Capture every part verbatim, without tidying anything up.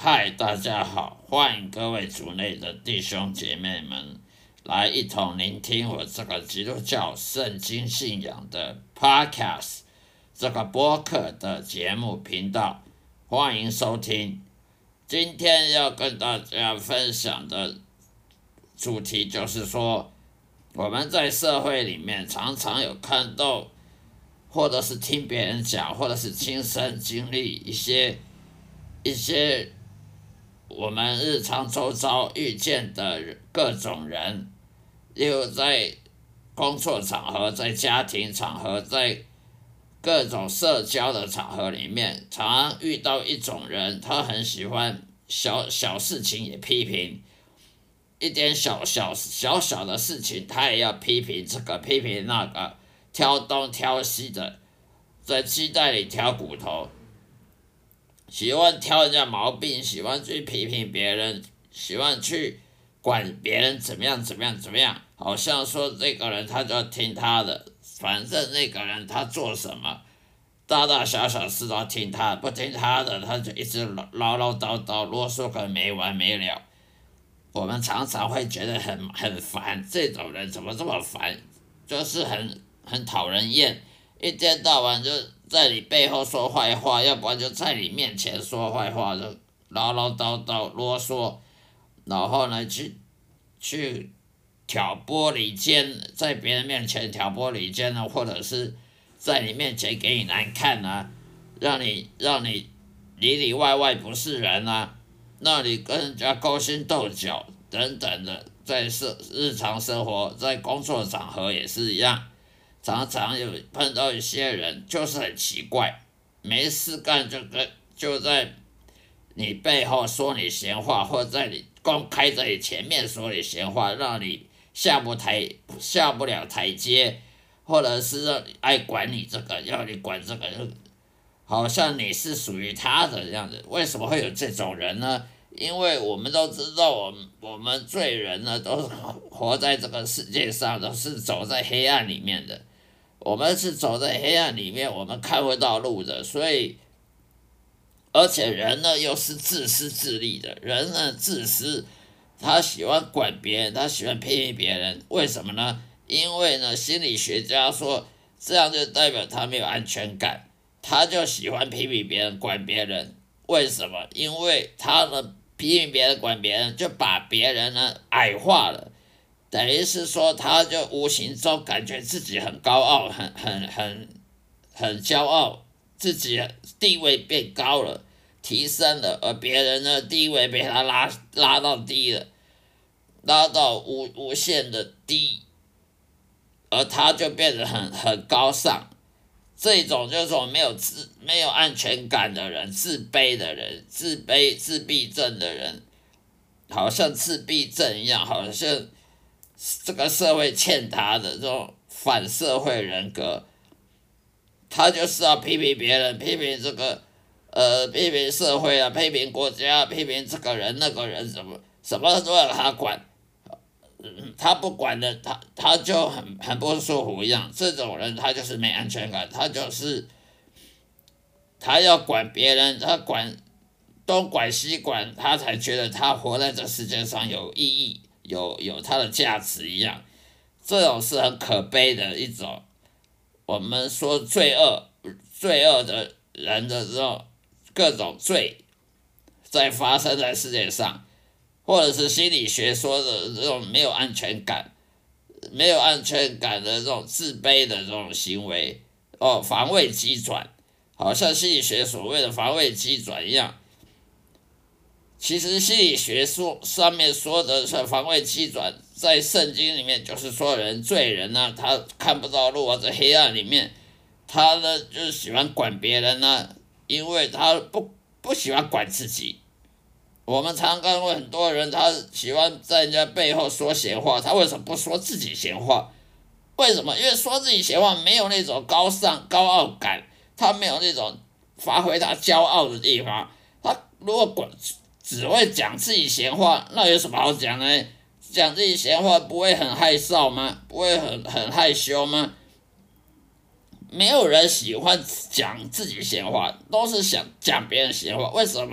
嗨，大家好，欢迎各位族内的弟兄姐妹们来一同聆听我这个基督教圣经信仰的 Podcast 这个播客的节目频道，欢迎收听。今天要跟大家分享的主题就是说，我们在社会里面常常有看到，或者是听别人讲，或者是亲身经历一些一些我们日常周遭遇见的各种人，例如在工作场合、在家庭场合、在各种社交的场合里面，常常遇到一种人，他很喜欢小小事情也批评，一点小小小小的事情他也要批评这个批评那个，挑东挑西的，在鸡蛋里挑骨头。喜欢挑人家毛病，喜欢去批评别人，喜欢去管别人怎么样怎么样怎么样，好像说这个人他就要听他的，反正那个人他做什么，大大小小事都要听他，不听他的他就一直唠唠叨叨啰嗦个没完没了。我们常常会觉得很很烦，这种人怎么这么烦，就是很很讨人厌，一天到晚就在你背后说坏话，要不然就在你面前说坏话，就唠唠叨叨啰嗦，然后呢去去挑拨离间，在别人面前挑拨离间呢，或者是在你面前给你难看啊，让你让你里里外外不是人啊，让你跟人家勾心斗角等等的，在生日常生活，在工作场合也是一样。常常有碰到一些人就是很奇怪，没事干就跟就在你背后说你闲话，或者在你公开在你前面说你闲话，让你下不台下不了台阶，或者是让你爱管你这个，要你管这个，好像你是属于他的样子。为什么会有这种人呢？因为我们都知道我们，我们罪人呢，都是活在这个世界上，都是走在黑暗里面的。我们是走在黑暗里面，我们看不到路的，所以，而且人呢又是自私自利的，人呢自私，他喜欢管别人，他喜欢批评别人，为什么呢？因为呢，心理学家说，这样就代表他没有安全感，他就喜欢批评别人，管别人，为什么？因为他呢批评别人，管别人，就把别人呢矮化了。等于是说，他就无形中感觉自己很高傲，很很很很骄傲，自己地位变高了，提升了，而别人呢地位被他拉拉到低了，拉到无无限的低，而他就变得很很高尚。这种就是说没有自没有安全感的人，自卑的人，自卑自闭症的人，好像自闭症一样，好像。这个社会欠他的这种反社会人格，他就是要批评别人，批评这个，呃，批评社会啊，批评国家，批评这个人那个人，什么什么都要他管，嗯，他不管的，他他就很很不舒服一样。这种人他就是没安全感，他就是他要管别人，他管东管西管，他才觉得他活在这世界上有意义。有有它的价值一样，这种是很可悲的一种。我们说罪恶，罪恶的人的这种各种罪，在发生在世界上，或者是心理学说的这种没有安全感、没有安全感的这种自卑的这种行为，哦，防卫机转，好像心理学所谓的防卫机转一样。其实心理学说上面说的是防卫机转，在圣经里面就是说人罪人呢、啊，他看不到路啊，在黑暗里面，他呢就是喜欢管别人呢、啊，因为他不不喜欢管自己。我们常看过很多人，他喜欢在人家背后说闲话，他为什么不说自己闲话？为什么？因为说自己闲话没有那种高尚高傲感，他没有那种发挥他骄傲的地方。他如果管只会讲自己闲话，那有什么好讲呢？讲自己闲话不会很害臊吗？不会很很害羞吗？没有人喜欢讲自己闲话，都是想讲别人闲话。为什么？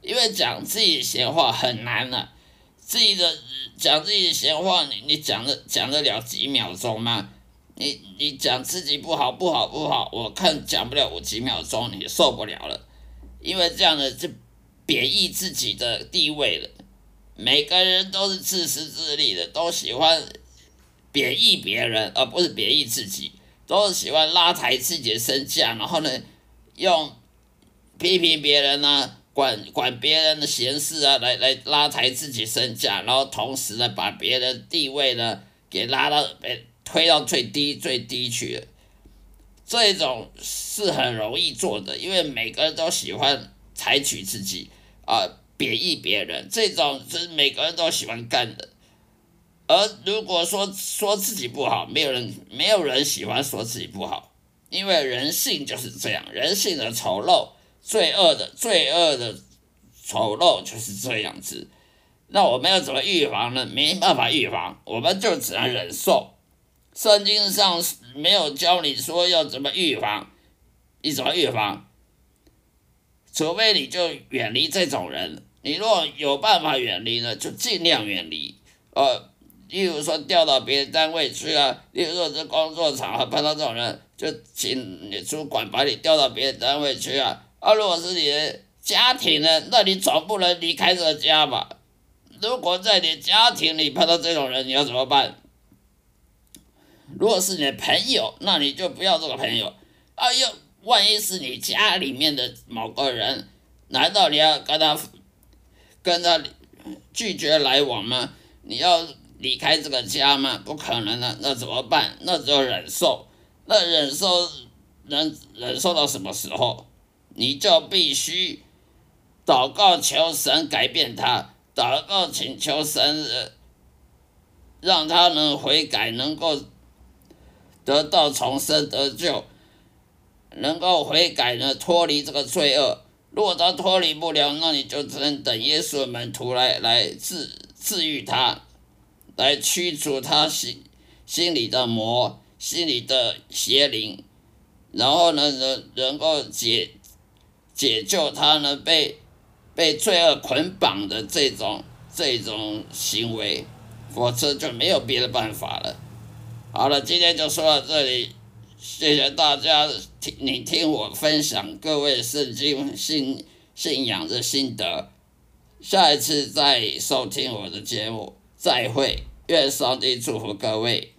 因为讲自己闲话很难啊，自己的讲自己闲话，你你讲得讲得了几秒钟吗？你你讲自己不好不好不好，我看讲不了五几秒钟，你受不了了，因为这样的就贬义自己的地位了。每个人都是自私自利的，都喜欢贬义别人，而不是贬义自己，都是喜欢拉抬自己的身价，然后呢，用批评别人啊，管管别人的闲事啊，来来拉抬自己身价，然后同时呢，把别人的地位呢给拉到被推到最低最低去了。这种是很容易做的，因为每个人都喜欢采取自己啊、呃、贬义别人，这种是每个人都喜欢干的。而如果说说自己不好，没有人没有人喜欢说自己不好，因为人性就是这样，人性的丑陋、罪恶的罪恶的丑陋就是这样子。那我们要怎么预防呢？没办法预防，我们就只能忍受。圣经上没有教你说要怎么预防，你怎么预防？除非你就远离这种人，你如果有办法远离呢，就尽量远离。呃，例如说调到别的单位去啊，例如说在工作场合碰到这种人，就请你主管把你调到别的单位去啊。啊，如果是你的家庭呢，那你总不能离开这个家吧？如果在你家庭里碰到这种人，你要怎么办？如果是你的朋友，那你就不要这个朋友。啊，又万一是你家里面的某个人，难道你要跟他跟他拒绝来往吗？你要离开这个家吗？不可能的，那怎么办？那只有忍受。那忍受能忍受到什么时候？你就必须祷告求神改变他，祷告请求神呃让他能悔改，能够得到重生得救，能够悔改呢，脱离这个罪恶。如果他脱离不了，那你就只能等耶稣的门徒来来治治愈他，来驱除他心心里的魔，心里的邪灵，然后呢，能能够解解救他呢被被罪恶捆绑的这种这种行为，否则就没有别的办法了。好了，今天就说到这里，谢谢大家听你听我分享各位圣经信信仰的心得，下一次再收听我的节目，再会，愿上帝祝福各位。